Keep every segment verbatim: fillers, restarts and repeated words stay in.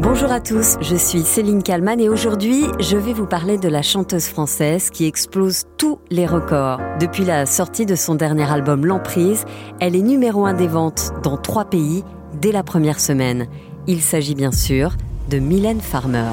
Bonjour à tous, je suis Céline Kallmann et aujourd'hui, je vais vous parler de la chanteuse française qui explose tous les records. Depuis la sortie de son dernier album L'Emprise, elle est numéro un des ventes dans trois pays dès la première semaine. Il s'agit bien sûr de Mylène Farmer.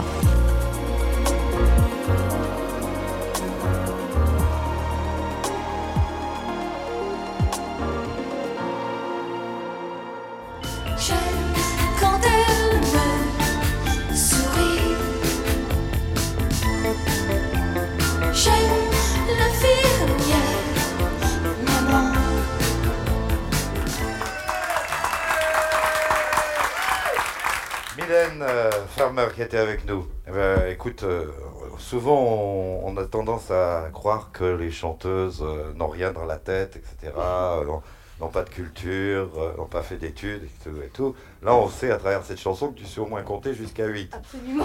Mylène euh, Farmer qui était avec nous. Eh ben, écoute, euh, souvent on, on a tendance à croire que les chanteuses euh, n'ont rien dans la tête, et cetera, euh, n'ont, n'ont pas de culture, euh, n'ont pas fait d'études et tout, et tout. Là, on sait à travers cette chanson que tu sais au moins compter jusqu'à huit. Absolument.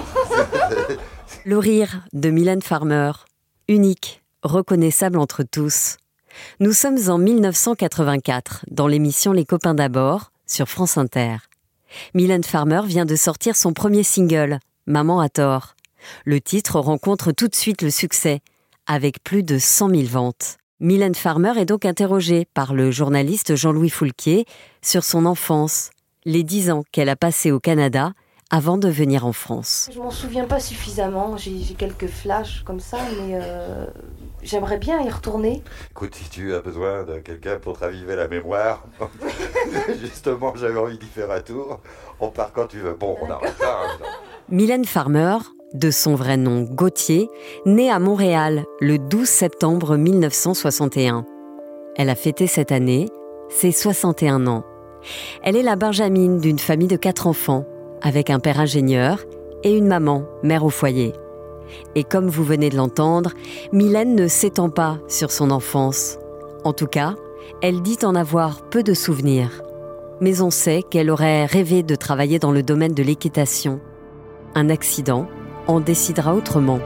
Le rire de Mylène Farmer, unique, reconnaissable entre tous. Nous sommes en dix-neuf cent quatre-vingt-quatre, dans l'émission Les Copains d'abord, sur France Inter. Mylène Farmer vient de sortir son premier single, Maman a tort. Le titre rencontre tout de suite le succès, avec plus de cent mille ventes. Mylène Farmer est donc interrogée par le journaliste Jean-Louis Foulquier sur son enfance, les dix ans qu'elle a passés au Canada avant de venir en France. Je m'en souviens pas suffisamment, j'ai, j'ai quelques flashs comme ça, mais euh, j'aimerais bien y retourner. Écoute, si tu as besoin de quelqu'un pour te raviver la mémoire, justement, j'avais envie d'y faire un tour. On part quand tu veux. Bon, on arrête ça. Hein, Mylène Farmer, de son vrai nom Gauthier, née à Montréal le douze septembre dix-neuf cent soixante et un. Elle a fêté cette année ses soixante et un ans. Elle est la benjamine d'une famille de quatre enfants, avec un père ingénieur et une maman, mère au foyer. Et comme vous venez de l'entendre, Mylène ne s'étend pas sur son enfance. En tout cas, elle dit en avoir peu de souvenirs. Mais on sait qu'elle aurait rêvé de travailler dans le domaine de l'équitation. Un accident en décidera autrement.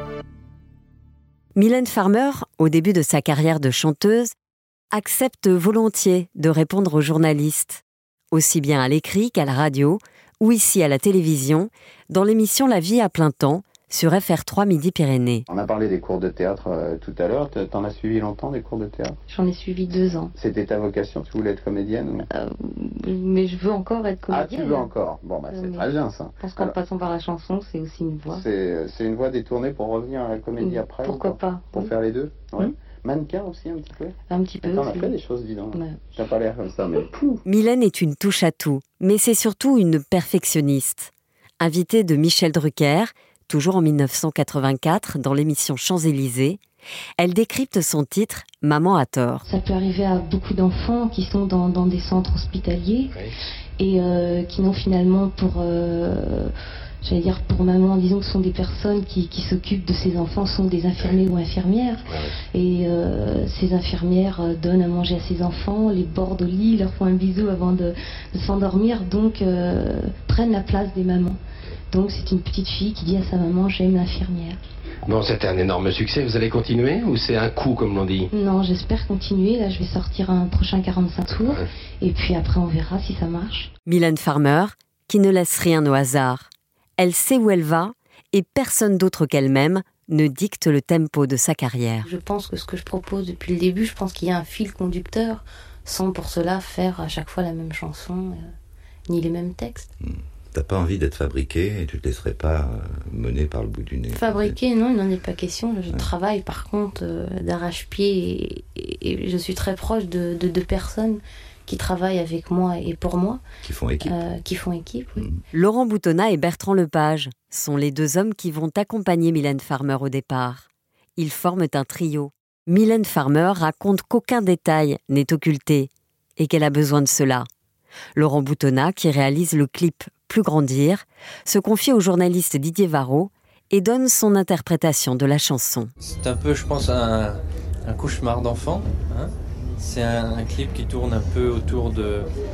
Mylène Farmer, au début de sa carrière de chanteuse, accepte volontiers de répondre aux journalistes, aussi bien à l'écrit qu'à la radio, ou ici à la télévision, dans l'émission La Vie à plein temps, sur F R trois Midi-Pyrénées. On a parlé des cours de théâtre euh, tout à l'heure. T'en as suivi longtemps des cours de théâtre? J'en ai suivi deux ans. C'était ta vocation? Tu voulais être comédienne ou... euh, Mais je veux encore être comédienne. Ah, tu veux encore? Bon, bah c'est euh, très bien ça. Je pense qu'en Alors, passant par la chanson, c'est aussi une voie. C'est, c'est une voie détournée pour revenir à la comédie mmh, après? Pourquoi pas? Pour oui. faire les deux? Ouais. Mmh. Mannequin aussi un petit peu? Un petit peu. T'en as aussi. fait des choses, dis donc. Ouais. T'as pas l'air comme ça, mais... Pouf. Mylène est une touche à tout, mais c'est surtout une perfectionniste. Invitée de Michel Drucker, toujours en dix-neuf cent quatre-vingt-quatre, dans l'émission Champs-Élysées, elle décrypte son titre « Maman a tort ». Ça peut arriver à beaucoup d'enfants qui sont dans, dans des centres hospitaliers oui. et euh, qui n'ont finalement pour... Euh, J'allais dire pour maman, disons que ce sont des personnes qui, qui s'occupent de ces enfants, sont des infirmiers ou infirmières. Ouais. Et euh, ces infirmières donnent à manger à ces enfants, les bordent au lit, leur font un bisou avant de, de s'endormir, donc euh, prennent la place des mamans. Donc c'est une petite fille qui dit à sa maman « j'aime l'infirmière ». Bon, c'était un énorme succès. Vous allez continuer ou c'est un coup, comme l'on dit? Non, j'espère continuer. Là, je vais sortir un prochain quarante-cinq tours. Ouais. Et puis après, on verra si ça marche. Mylène Farmer, qui ne laisse rien au hasard. Elle sait où elle va et personne d'autre qu'elle-même ne dicte le tempo de sa carrière. Je pense que ce que je propose depuis le début, je pense qu'il y a un fil conducteur, sans pour cela faire à chaque fois la même chanson, euh, ni les mêmes textes. Mmh. T'as pas envie d'être fabriqué et tu te laisserais pas euh, mener par le bout du nez? Fabriqué, non, il n'en est pas question. Je ouais. travaille par contre euh, d'arrache-pied et, et, et je suis très proche de, de, de personnes qui travaillent avec moi et pour moi. Qui font équipe. Euh, qui font équipe, oui. Mmh. Laurent Boutonnat et Bertrand Lepage sont les deux hommes qui vont accompagner Mylène Farmer au départ. Ils forment un trio. Mylène Farmer raconte qu'aucun détail n'est occulté et qu'elle a besoin de cela. Laurent Boutonnat, qui réalise le clip Plus grandir, se confie au journaliste Didier Varro et donne son interprétation de la chanson. C'est un peu, je pense, un, un cauchemar d'enfant, hein. C'est un, un clip qui tourne un peu autour de,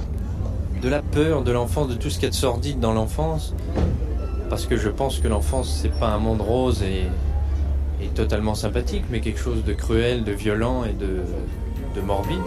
de la peur de l'enfance, de tout ce qu'il y a de sordide dans l'enfance. Parce que je pense que l'enfance, c'est pas un monde rose et, et totalement sympathique, mais quelque chose de cruel, de violent et de, de morbide.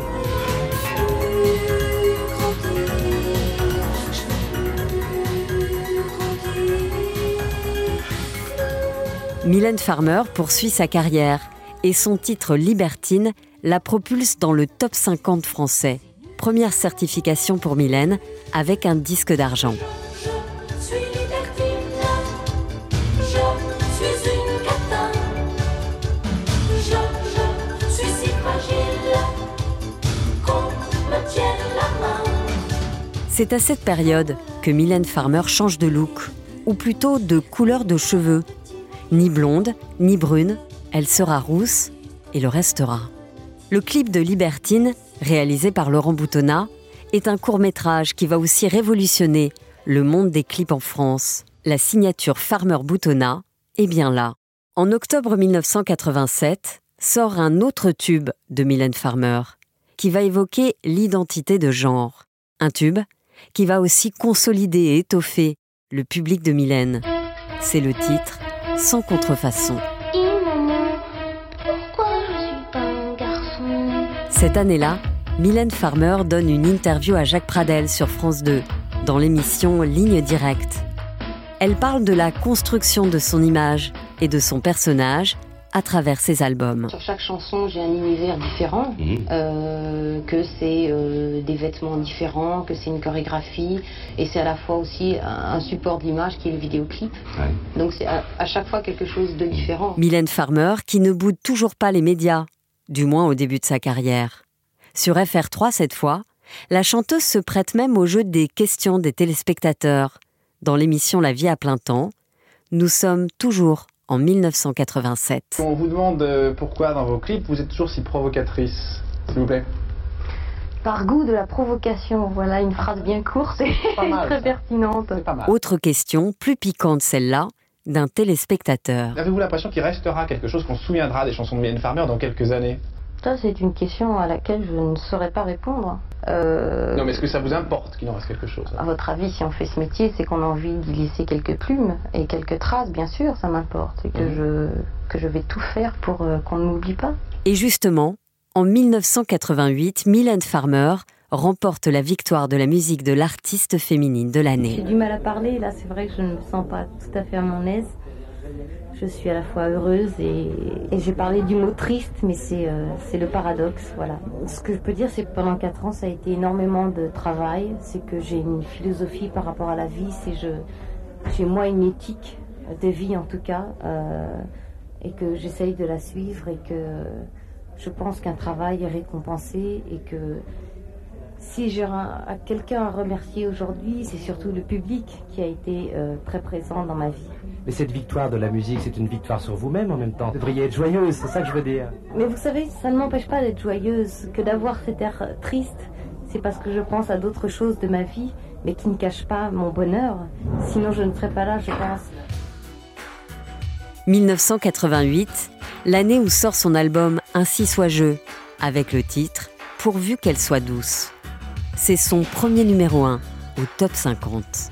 Mylène Farmer poursuit sa carrière et son titre Libertine la propulse dans le top cinquante français. Première certification pour Mylène avec un disque d'argent. Je suis libertine, je suis une catin, je, je suis si fragile qu'on me tienne la main. C'est à cette période que Mylène Farmer change de look, ou plutôt de couleur de cheveux. Ni blonde, ni brune, elle sera rousse et le restera. Le clip de Libertine, réalisé par Laurent Boutonnat, est un court-métrage qui va aussi révolutionner le monde des clips en France. La signature Farmer-Boutonnat est bien là. En octobre mille neuf cent quatre-vingt-sept, sort un autre tube de Mylène Farmer, qui va évoquer l'identité de genre. Un tube qui va aussi consolider et étoffer le public de Mylène. C'est le titre « Sans contrefaçon ». Cette année-là, Mylène Farmer donne une interview à Jacques Pradel sur France deux, dans l'émission Ligne Directe. Elle parle de la construction de son image et de son personnage à travers ses albums. Sur chaque chanson, j'ai un univers différent, mmh. euh, que c'est euh, des vêtements différents, que c'est une chorégraphie, et c'est à la fois aussi un, un support d'image qui est le vidéoclip. Ouais. Donc c'est à, à chaque fois quelque chose de différent. Mylène Farmer qui ne boude toujours pas les médias, du moins au début de sa carrière. Sur F R trois cette fois, la chanteuse se prête même au jeu des questions des téléspectateurs. Dans l'émission La vie à plein temps, nous sommes toujours en mille neuf cent quatre-vingt-sept. On vous demande pourquoi dans vos clips vous êtes toujours si provocatrice, s'il vous plaît. Par goût de la provocation, voilà une phrase bien courte et mal, très ça. pertinente. Pas mal. Autre question, plus piquante celle-là, d'un téléspectateur. Avez-vous l'impression qu'il restera quelque chose qu'on se souviendra des chansons de Mylène Farmer dans quelques années ? Ça, c'est une question à laquelle je ne saurais pas répondre. Euh... Non, mais est-ce que ça vous importe qu'il en reste quelque chose ? À votre avis, si on fait ce métier, c'est qu'on a envie d'y laisser quelques plumes et quelques traces, bien sûr, ça m'importe. Et que, mmh. je, que je vais tout faire pour euh, qu'on ne m'oublie pas. Et justement, en mille neuf cent quatre-vingt-huit, Mylène Farmer remporte la victoire de la musique de l'artiste féminine de l'année. J'ai du mal à parler, là, c'est vrai que je ne me sens pas tout à fait à mon aise. Je suis à la fois heureuse et, et j'ai parlé du mot triste, mais c'est, euh, c'est le paradoxe, voilà. Ce que je peux dire, c'est que pendant quatre ans, ça a été énormément de travail. C'est que j'ai une philosophie par rapport à la vie, c'est je, j'ai moi une éthique de vie en tout cas, euh, et que j'essaye de la suivre et que je pense qu'un travail est récompensé et que si j'ai un, à quelqu'un à remercier aujourd'hui, c'est surtout le public qui a été euh, très présent dans ma vie. Mais cette victoire de la musique, c'est une victoire sur vous-même en même temps. Vous devriez être joyeuse, c'est ça que je veux dire. Mais vous savez, ça ne m'empêche pas d'être joyeuse. Que d'avoir cet air triste, c'est parce que je pense à d'autres choses de ma vie, mais qui ne cachent pas mon bonheur. Sinon, je ne serais pas là, je pense. mille neuf cent quatre-vingt-huit, l'année où sort son album Ainsi soit-je, avec le titre Pourvu qu'elle soit douce. C'est son premier numéro un au top cinquante.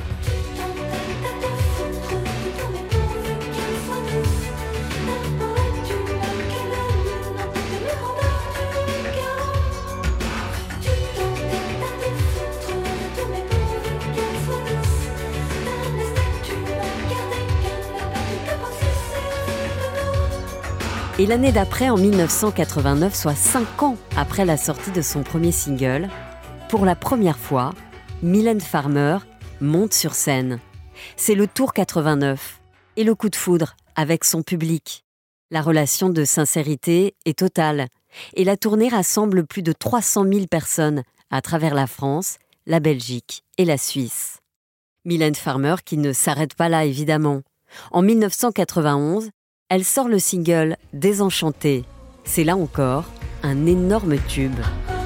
Et l'année d'après, en mille neuf cent quatre-vingt-neuf, soit cinq ans après la sortie de son premier single, pour la première fois, Mylène Farmer monte sur scène. C'est le Tour quatre-vingt-neuf et le coup de foudre avec son public. La relation de sincérité est totale et la tournée rassemble plus de trois cent mille personnes à travers la France, la Belgique et la Suisse. Mylène Farmer qui ne s'arrête pas là évidemment. En mille neuf cent quatre-vingt-onze, elle sort le single « Désenchantée ». C'est là encore un énorme tube.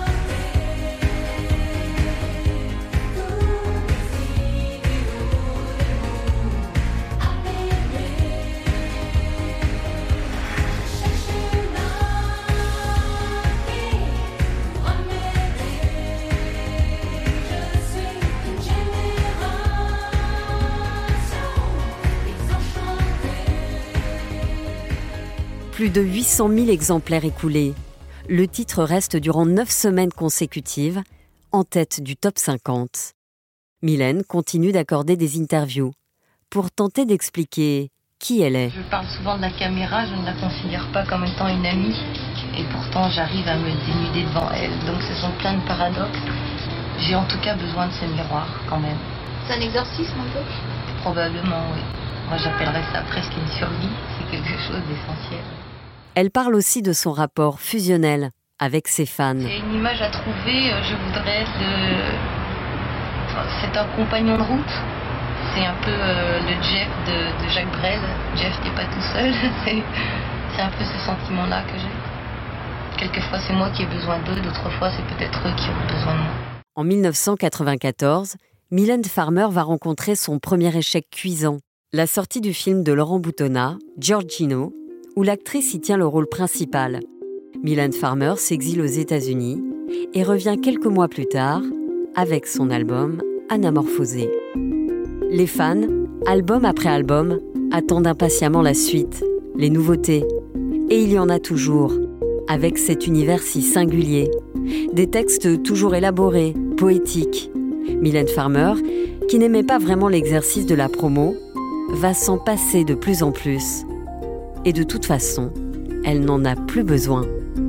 Plus de huit cent mille exemplaires écoulés. Le titre reste durant neuf semaines consécutives en tête du top cinquante. Mylène continue d'accorder des interviews pour tenter d'expliquer qui elle est. Je parle souvent de la caméra, je ne la considère pas comme étant une amie. Et pourtant, j'arrive à me dénuder devant elle. Donc ce sont plein de paradoxes. J'ai en tout cas besoin de ce miroir, quand même. C'est un exorcisme un peu ? Probablement, oui. Moi, j'appellerais ça presque une survie. C'est quelque chose d'essentiel. Elle parle aussi de son rapport fusionnel avec ses fans. C'est une image à trouver, je voudrais être le... Enfin, c'est un compagnon de route. C'est un peu euh, le Jeff de, de Jacques Brel. Jeff n'est pas tout seul. C'est, c'est un peu ce sentiment-là que j'ai. Quelquefois, c'est moi qui ai besoin d'eux, d'autres fois, c'est peut-être eux qui ont besoin de moi. En dix-neuf cent quatre-vingt-quatorze, Mylène Farmer va rencontrer son premier échec cuisant, la sortie du film de Laurent Boutonnat, Giorgino, où l'actrice y tient le rôle principal. Mylène Farmer s'exile aux États-Unis et revient quelques mois plus tard avec son album Anamorphosé. Les fans, album après album, attendent impatiemment la suite, les nouveautés. Et il y en a toujours, avec cet univers si singulier. Des textes toujours élaborés, poétiques. Mylène Farmer, qui n'aimait pas vraiment l'exercice de la promo, va s'en passer de plus en plus. Et de toute façon, elle n'en a plus besoin.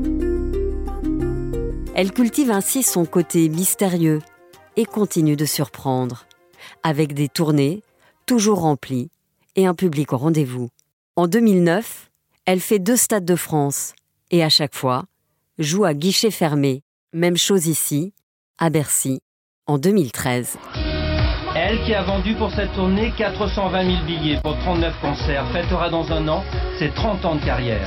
Elle cultive ainsi son côté mystérieux et continue de surprendre, avec des tournées toujours remplies et un public au rendez-vous. En deux mille neuf, elle fait deux stades de France et à chaque fois, joue à guichet fermé. Même chose ici, à Bercy, en deux mille treize. Elle qui a vendu pour cette tournée quatre cent vingt mille billets pour trente-neuf concerts fêtera dans un an ses trente ans de carrière.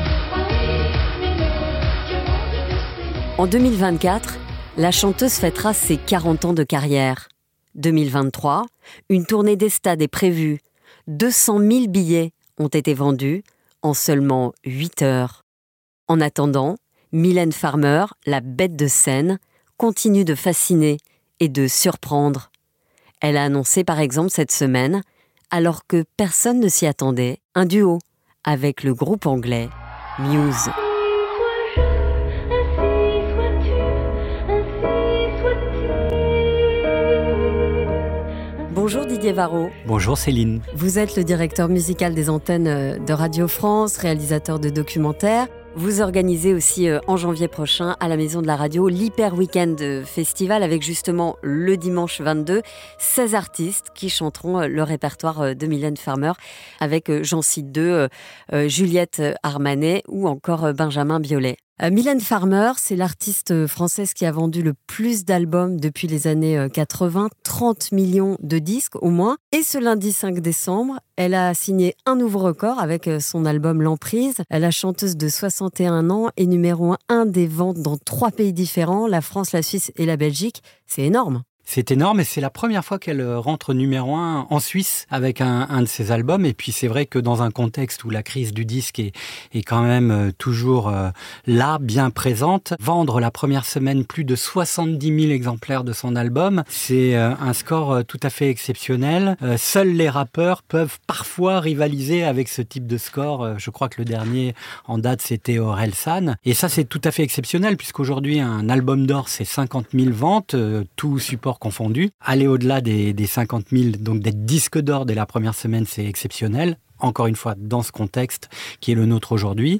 En deux mille vingt-quatre, la chanteuse fêtera ses quarante ans de carrière. deux mille vingt-trois, une tournée des stades est prévue. deux cent mille billets ont été vendus en seulement huit heures. En attendant, Mylène Farmer, la bête de scène, continue de fasciner et de surprendre. Elle a annoncé par exemple cette semaine, alors que personne ne s'y attendait, un duo avec le groupe anglais Muse. Bonjour Didier Varro. Bonjour Céline. Vous êtes le directeur musical des antennes de Radio France, réalisateur de documentaires. Vous organisez aussi euh, en janvier prochain à la Maison de la Radio l'Hyper Weekend Festival avec justement le dimanche vingt-deux, seize artistes qui chanteront euh, le répertoire euh, de Mylène Farmer avec, euh, j'en cite deux, euh, euh, Juliette Armanet ou encore euh, Benjamin Biolay. Euh, Mylène Farmer, c'est l'artiste française qui a vendu le plus d'albums depuis les années quatre-vingts, trente millions de disques au moins. Et ce lundi cinq décembre, elle a signé un nouveau record avec son album L'Emprise. La chanteuse de soixante et un ans est numéro un des ventes dans trois pays différents, la France, la Suisse et la Belgique. C'est énorme. C'est énorme et c'est la première fois qu'elle rentre numéro un en Suisse avec un, un de ses albums. Et puis c'est vrai que dans un contexte où la crise du disque est, est quand même toujours euh, là, bien présente, vendre la première semaine plus de soixante-dix mille exemplaires de son album, c'est euh, un score euh, tout à fait exceptionnel. Euh, seuls les rappeurs peuvent parfois rivaliser avec ce type de score. Euh, je crois que le dernier en date, c'était Orelsan. Et ça, c'est tout à fait exceptionnel puisqu'aujourd'hui, un album d'or, c'est cinquante mille ventes, euh, tout support confondu. Aller au-delà des, des cinquante mille, donc d'être disque d'or dès la première semaine, c'est exceptionnel. Encore une fois, dans ce contexte qui est le nôtre aujourd'hui.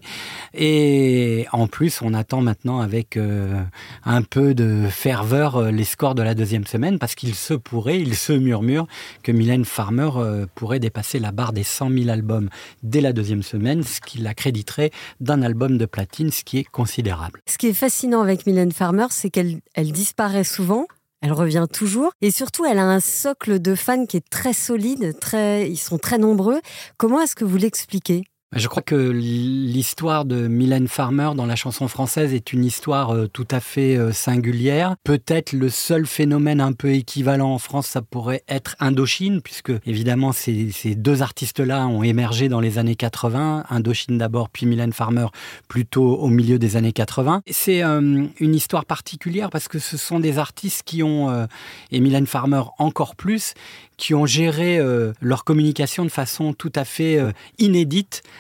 Et en plus, on attend maintenant avec euh, un peu de ferveur euh, les scores de la deuxième semaine parce qu'il se pourrait, il se murmure que Mylène Farmer euh, pourrait dépasser la barre des cent mille albums dès la deuxième semaine, ce qui l'accréditerait d'un album de platine, ce qui est considérable. Ce qui est fascinant avec Mylène Farmer, c'est qu'elle elle disparaît souvent. Elle revient toujours et surtout, elle a un socle de fans qui est très solide, très, ils sont très nombreux. Comment est-ce que vous l'expliquez ? Je crois que l'histoire de Mylène Farmer dans la chanson française est une histoire tout à fait singulière. Peut-être le seul phénomène un peu équivalent en France, ça pourrait être Indochine, puisque évidemment ces, ces deux artistes-là ont émergé dans les années quatre-vingts. Indochine d'abord, puis Mylène Farmer plutôt au milieu des années quatre-vingts. C'est euh, une histoire particulière parce que ce sont des artistes qui ont, euh, et Mylène Farmer encore plus, qui ont géré euh, leur communication de façon tout à fait euh, inédite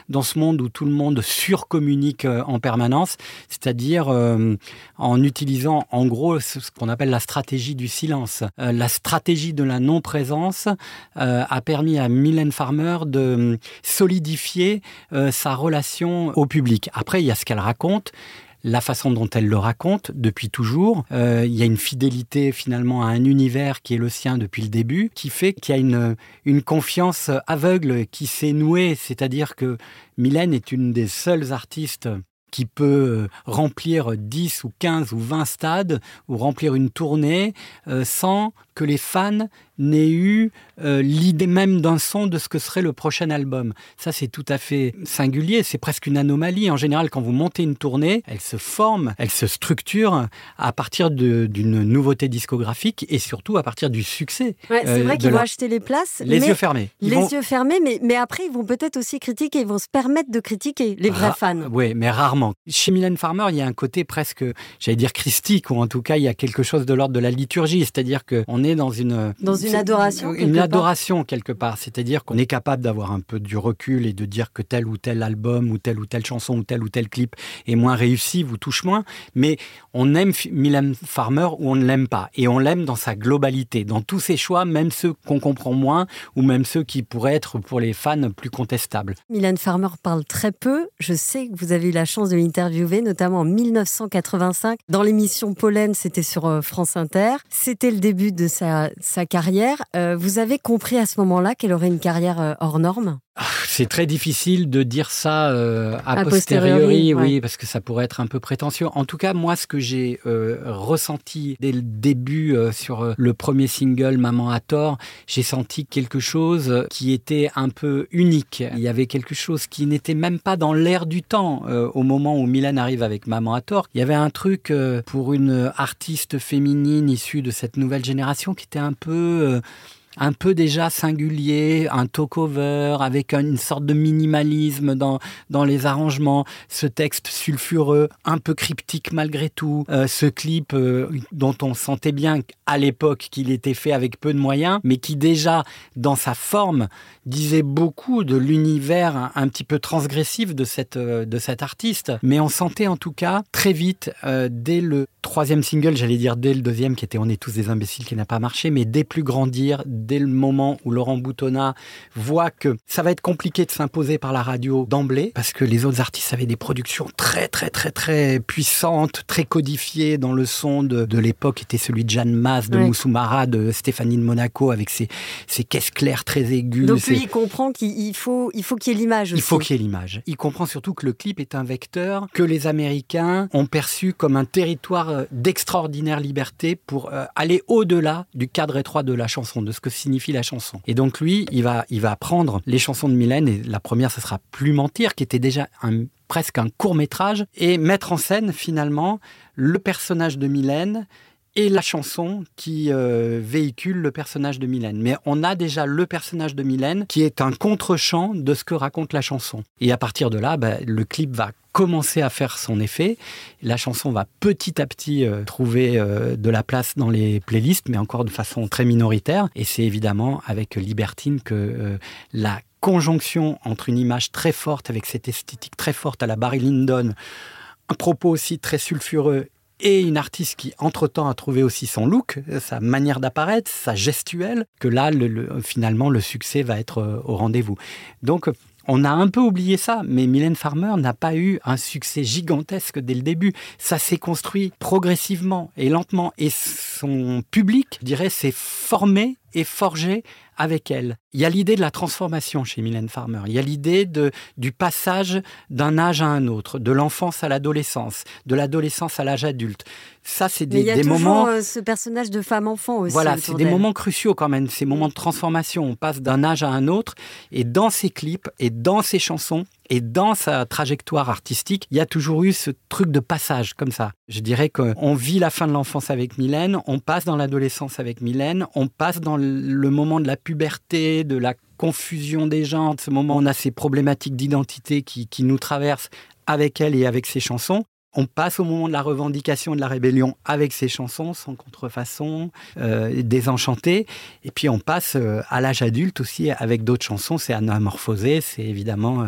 dans ce monde où tout le monde surcommunique euh, en permanence, c'est-à-dire euh, en utilisant en gros ce qu'on appelle la stratégie du silence. Euh, la stratégie de la non-présence euh, a permis à Mylène Farmer de solidifier euh, sa relation au public. Après, il y a ce qu'elle raconte, la façon dont elle le raconte depuis toujours. Euh, il y a une fidélité finalement à un univers qui est le sien depuis le début, qui fait qu'il y a une, une confiance aveugle qui s'est nouée. C'est-à-dire que Mylène est une des seules artistes qui peut remplir dix ou quinze ou vingt stades ou remplir une tournée euh, sans que les fans n'aient eu euh, l'idée même d'un son de ce que serait le prochain album. Ça, c'est tout à fait singulier, c'est presque une anomalie. En général, quand vous montez une tournée, elle se forme, elle se structure à partir de, d'une nouveauté discographique et surtout à partir du succès. Ouais, c'est euh, vrai qu'ils la... vont acheter les places. Les mais... yeux fermés. Ils les vont... yeux fermés, mais, mais après, ils vont peut-être aussi critiquer, ils vont se permettre de critiquer les vrais Ra- fans. Oui, mais rarement. Chez Mylène Farmer, il y a un côté presque, j'allais dire christique, ou en tout cas, il y a quelque chose de l'ordre de la liturgie, c'est-à-dire qu'on est dans une... Dans une adoration, Une adoration, part. quelque part. C'est-à-dire qu'on est capable d'avoir un peu du recul et de dire que tel ou tel album, ou telle ou telle chanson, ou tel ou tel clip est moins réussi, vous touche moins, mais on aime Mylène Farmer ou on ne l'aime pas. Et on l'aime dans sa globalité, dans tous ses choix, même ceux qu'on comprend moins, ou même ceux qui pourraient être, pour les fans, plus contestables. Mylène Farmer parle très peu. Je sais que vous avez eu la chance de l'interviewer, notamment en dix-neuf cent quatre-vingt-cinq. Dans l'émission Pollen, c'était sur France Inter. C'était le début de sa, sa carrière. Euh, vous avez compris à ce moment-là qu'elle aurait une carrière euh, hors norme ? C'est très difficile de dire ça euh, a, a posteriori, posteriori ouais. oui, parce que ça pourrait être un peu prétentieux. En tout cas, moi, ce que j'ai euh, ressenti dès le début euh, sur euh, le premier single, Maman a tort, j'ai senti quelque chose qui était un peu unique. Il y avait quelque chose qui n'était même pas dans l'air du temps euh, au moment où Mylène arrive avec Maman a tort. Il y avait un truc euh, pour une artiste féminine issue de cette nouvelle génération qui était un peu... Euh, un peu déjà singulier, un talk-over avec une sorte de minimalisme dans, dans les arrangements, ce texte sulfureux, un peu cryptique malgré tout, euh, ce clip euh, dont on sentait bien à l'époque qu'il était fait avec peu de moyens, mais qui déjà, dans sa forme, disait beaucoup de l'univers un, un petit peu transgressif de cette, euh, de cette artiste. Mais on sentait en tout cas très vite, euh, dès le troisième single, j'allais dire dès le deuxième, qui était On est tous des imbéciles, qui n'a pas marché, mais dès Plus grandir, dès le moment où Laurent Boutonnat voit que ça va être compliqué de s'imposer par la radio d'emblée, parce que les autres artistes avaient des productions très, très, très, très puissantes, très codifiées dans le son de, de l'époque, était celui de Jeanne Masse, de ouais. Moussou Mara, de Stéphanie de Monaco, avec ses, ses caisses claires très aiguës. Donc ses... lui, il comprend qu'il faut, il faut qu'il y ait l'image aussi. Il faut qu'il y ait l'image. Il comprend surtout que le clip est un vecteur que les Américains ont perçu comme un territoire d'extraordinaire liberté pour euh, aller au-delà du cadre étroit de la chanson, de ce que signifie la chanson. Et donc lui, il va, il va prendre les chansons de Mylène, et la première, ce sera Plus mentir, qui était déjà un, presque un court-métrage, et mettre en scène finalement le personnage de Mylène et la chanson qui euh, véhicule le personnage de Mylène. Mais on a déjà le personnage de Mylène qui est un contre-champ de ce que raconte la chanson. Et à partir de là, bah, le clip va commencer à faire son effet. La chanson va petit à petit euh, trouver euh, de la place dans les playlists, mais encore de façon très minoritaire. Et c'est évidemment avec Libertine que euh, la conjonction entre une image très forte, avec cette esthétique très forte à la Barry Lyndon, un propos aussi très sulfureux, et une artiste qui, entre-temps, a trouvé aussi son look, sa manière d'apparaître, sa gestuelle, que là, le, le, finalement, le succès va être au rendez-vous. Donc, on a un peu oublié ça, mais Mylène Farmer n'a pas eu un succès gigantesque dès le début. Ça s'est construit progressivement et lentement. Et son public, je dirais, s'est formé et forgé avec elle. Il y a l'idée de la transformation chez Mylène Farmer. Il y a l'idée de, du passage d'un âge à un autre, de l'enfance à l'adolescence, de l'adolescence à l'âge adulte. Ça, c'est des, Mais il y a des toujours moments... euh, ce personnage de femme-enfant aussi. Voilà, c'est des d'elle. moments cruciaux quand même, ces moments de transformation. On passe d'un âge à un autre, et dans ses clips, et dans ses chansons, et dans sa trajectoire artistique, il y a toujours eu ce truc de passage comme ça. Je dirais qu'on vit la fin de l'enfance avec Mylène, on passe dans l'adolescence avec Mylène, on passe dans le moment de la puberté, de la confusion des genres, de ce moment où on a ces problématiques d'identité qui, qui nous traversent avec elle et avec ses chansons. On passe au moment de la revendication, de la rébellion avec ses chansons, Sans contrefaçon, euh, Désenchanté. Et puis on passe euh, à l'âge adulte aussi avec d'autres chansons. C'est Anamorphosé, c'est évidemment euh,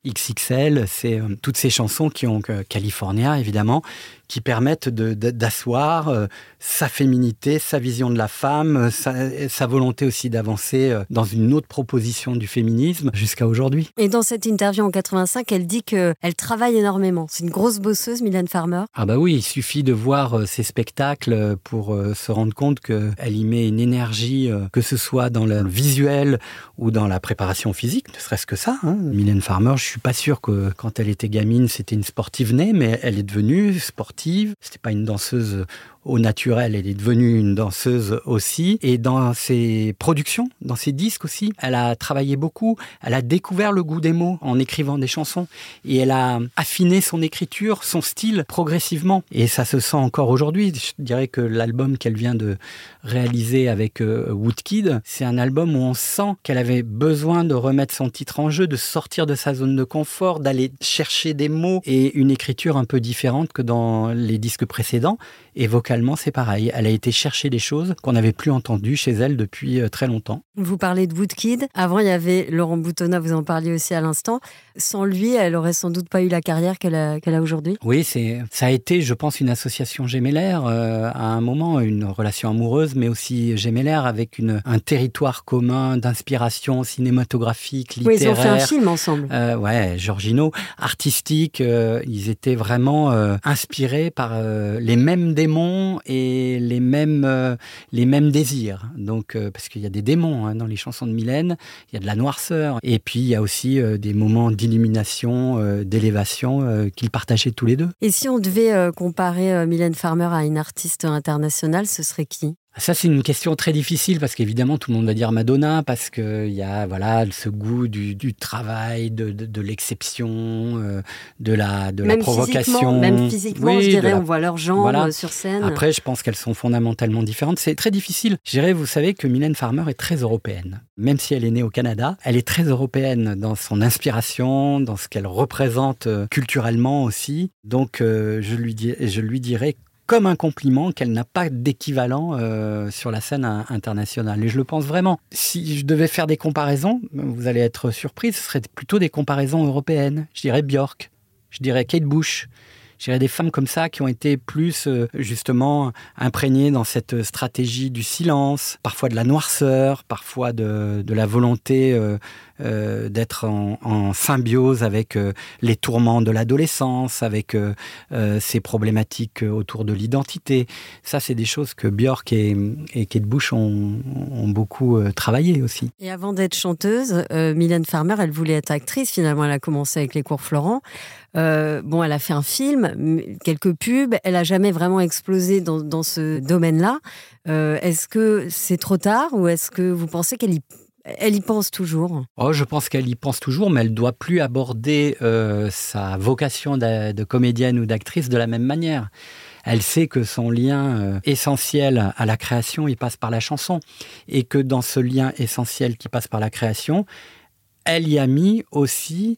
X X L, c'est euh, toutes ces chansons qui ont euh, California, évidemment, qui permettent de, de, d'asseoir euh, sa féminité, sa vision de la femme, sa, sa volonté aussi d'avancer euh, dans une autre proposition du féminisme jusqu'à aujourd'hui. Et dans cette interview en quatre-vingt-cinq, elle dit qu'elle travaille énormément. C'est une grosse bosseuse, Mylène Farmer. Ah bah oui, il suffit de voir euh, ses spectacles pour euh, se rendre compte qu'elle y met une énergie, euh, que ce soit dans le visuel ou dans la préparation physique, ne serait-ce que ça. Hein. Mylène Farmer, je suis pas sûr que quand elle était gamine, c'était une sportive née, mais elle est devenue sportive. C'était pas une danseuse au naturel, elle est devenue une danseuse aussi. Et dans ses productions, dans ses disques aussi, elle a travaillé beaucoup. Elle a découvert le goût des mots en écrivant des chansons. Et elle a affiné son écriture, son style progressivement. Et ça se sent encore aujourd'hui. Je dirais que l'album qu'elle vient de réaliser avec euh, Woodkid, c'est un album où on sent qu'elle avait besoin de remettre son titre en jeu, de sortir de sa zone de confort, d'aller chercher des mots et une écriture un peu différente que dans les disques précédents. Et vocalement, c'est pareil. Elle a été chercher des choses qu'on n'avait plus entendues chez elle depuis très longtemps. Vous parlez de Woodkid. Avant, il y avait Laurent Boutonnat, vous en parliez aussi à l'instant. Sans lui, elle aurait sans doute pas eu la carrière qu'elle a, qu'elle a aujourd'hui. Oui, c'est, ça a été, je pense, une association gémellaire euh, à un moment, une relation amoureuse, mais aussi gémellaire avec une, un territoire commun d'inspiration cinématographique, littéraire. Oui, ils ont fait un film ensemble. Euh, ouais, Giorgino, artistique. Euh, ils étaient vraiment euh, inspirés par euh, les mêmes démons et les mêmes, euh, les mêmes désirs. Donc, euh, parce qu'il y a des démons hein, dans les chansons de Mylène, il y a de la noirceur. Et puis, il y a aussi euh, des moments d'illumination, euh, d'élévation euh, qu'ils partageaient tous les deux. Et si on devait euh, comparer euh, Mylène Farmer à une artiste internationale, ce serait qui ? Ça, c'est une question très difficile parce qu'évidemment, tout le monde va dire Madonna parce qu'il y a voilà, ce goût du, du travail, de, de, de l'exception, euh, de la, de même la provocation. Physiquement, même physiquement, oui, je dirais, la... on voit leurs jambes voilà. sur scène. Après, je pense qu'elles sont fondamentalement différentes. C'est très difficile. Je dirais, vous savez que Mylène Farmer est très européenne. Même si elle est née au Canada, elle est très européenne dans son inspiration, dans ce qu'elle représente culturellement aussi. Donc, euh, je lui dis, je lui dirais comme un compliment qu'elle n'a pas d'équivalent euh, sur la scène internationale. Et je le pense vraiment. Si je devais faire des comparaisons, vous allez être surpris, ce serait plutôt des comparaisons européennes. Je dirais Björk, je dirais Kate Bush. Je dirais des femmes comme ça qui ont été plus euh, justement imprégnées dans cette stratégie du silence, parfois de la noirceur, parfois de, de la volonté euh, euh, d'être en, en symbiose avec euh, les tourments de l'adolescence, avec euh, euh, ces problématiques autour de l'identité. Ça, c'est des choses que Björk et, et Kate Bush ont, ont beaucoup euh, travaillé aussi. Et avant d'être chanteuse, euh, Mylène Farmer, elle voulait être actrice. Finalement, elle a commencé avec les cours Florent. Euh, bon, elle a fait un film, quelques pubs. Elle n'a jamais vraiment explosé dans, dans ce domaine-là. Euh, est-ce que c'est trop tard ou est-ce que vous pensez qu'elle y, elle y pense toujours ? Oh, je pense qu'elle y pense toujours, mais elle ne doit plus aborder euh, sa vocation de, de comédienne ou d'actrice de la même manière. Elle sait que son lien euh, essentiel à la création, il passe par la chanson. Et que dans ce lien essentiel qui passe par la création, elle y a mis aussi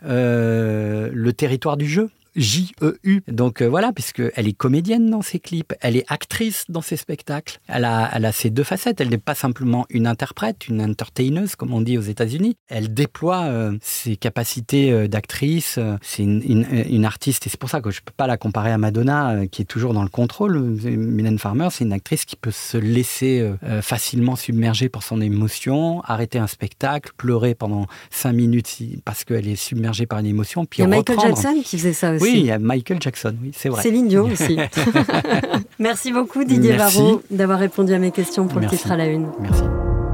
Euh, le territoire du jeu, J E U. Donc euh, voilà, puisqu'elle est comédienne dans ses clips, elle est actrice dans ses spectacles. Elle a, elle a ses deux facettes. Elle n'est pas simplement une interprète, une entertaineuse, comme on dit aux États-Unis. Elle déploie euh, ses capacités euh, d'actrice. C'est une, une, une artiste, et c'est pour ça que je ne peux pas la comparer à Madonna, euh, qui est toujours dans le contrôle. Mylène Farmer, c'est une actrice qui peut se laisser euh, facilement submerger par son émotion, arrêter un spectacle, pleurer pendant cinq minutes si, parce qu'elle est submergée par une émotion, puis il y a reprendre. Michael Jackson qui faisait ça aussi. Oui, il y a Michael Jackson, oui, c'est vrai. Céline Dion aussi. Merci beaucoup Didier Merci. Varro d'avoir répondu à mes questions pour Merci. le titre à la une. Merci.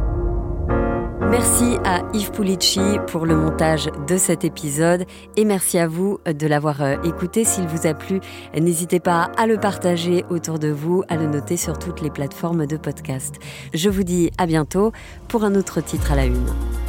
Merci à Yves Pulici pour le montage de cet épisode et merci à vous de l'avoir écouté. S'il vous a plu, n'hésitez pas à le partager autour de vous, à le noter sur toutes les plateformes de podcast. Je vous dis à bientôt pour un autre titre à la une.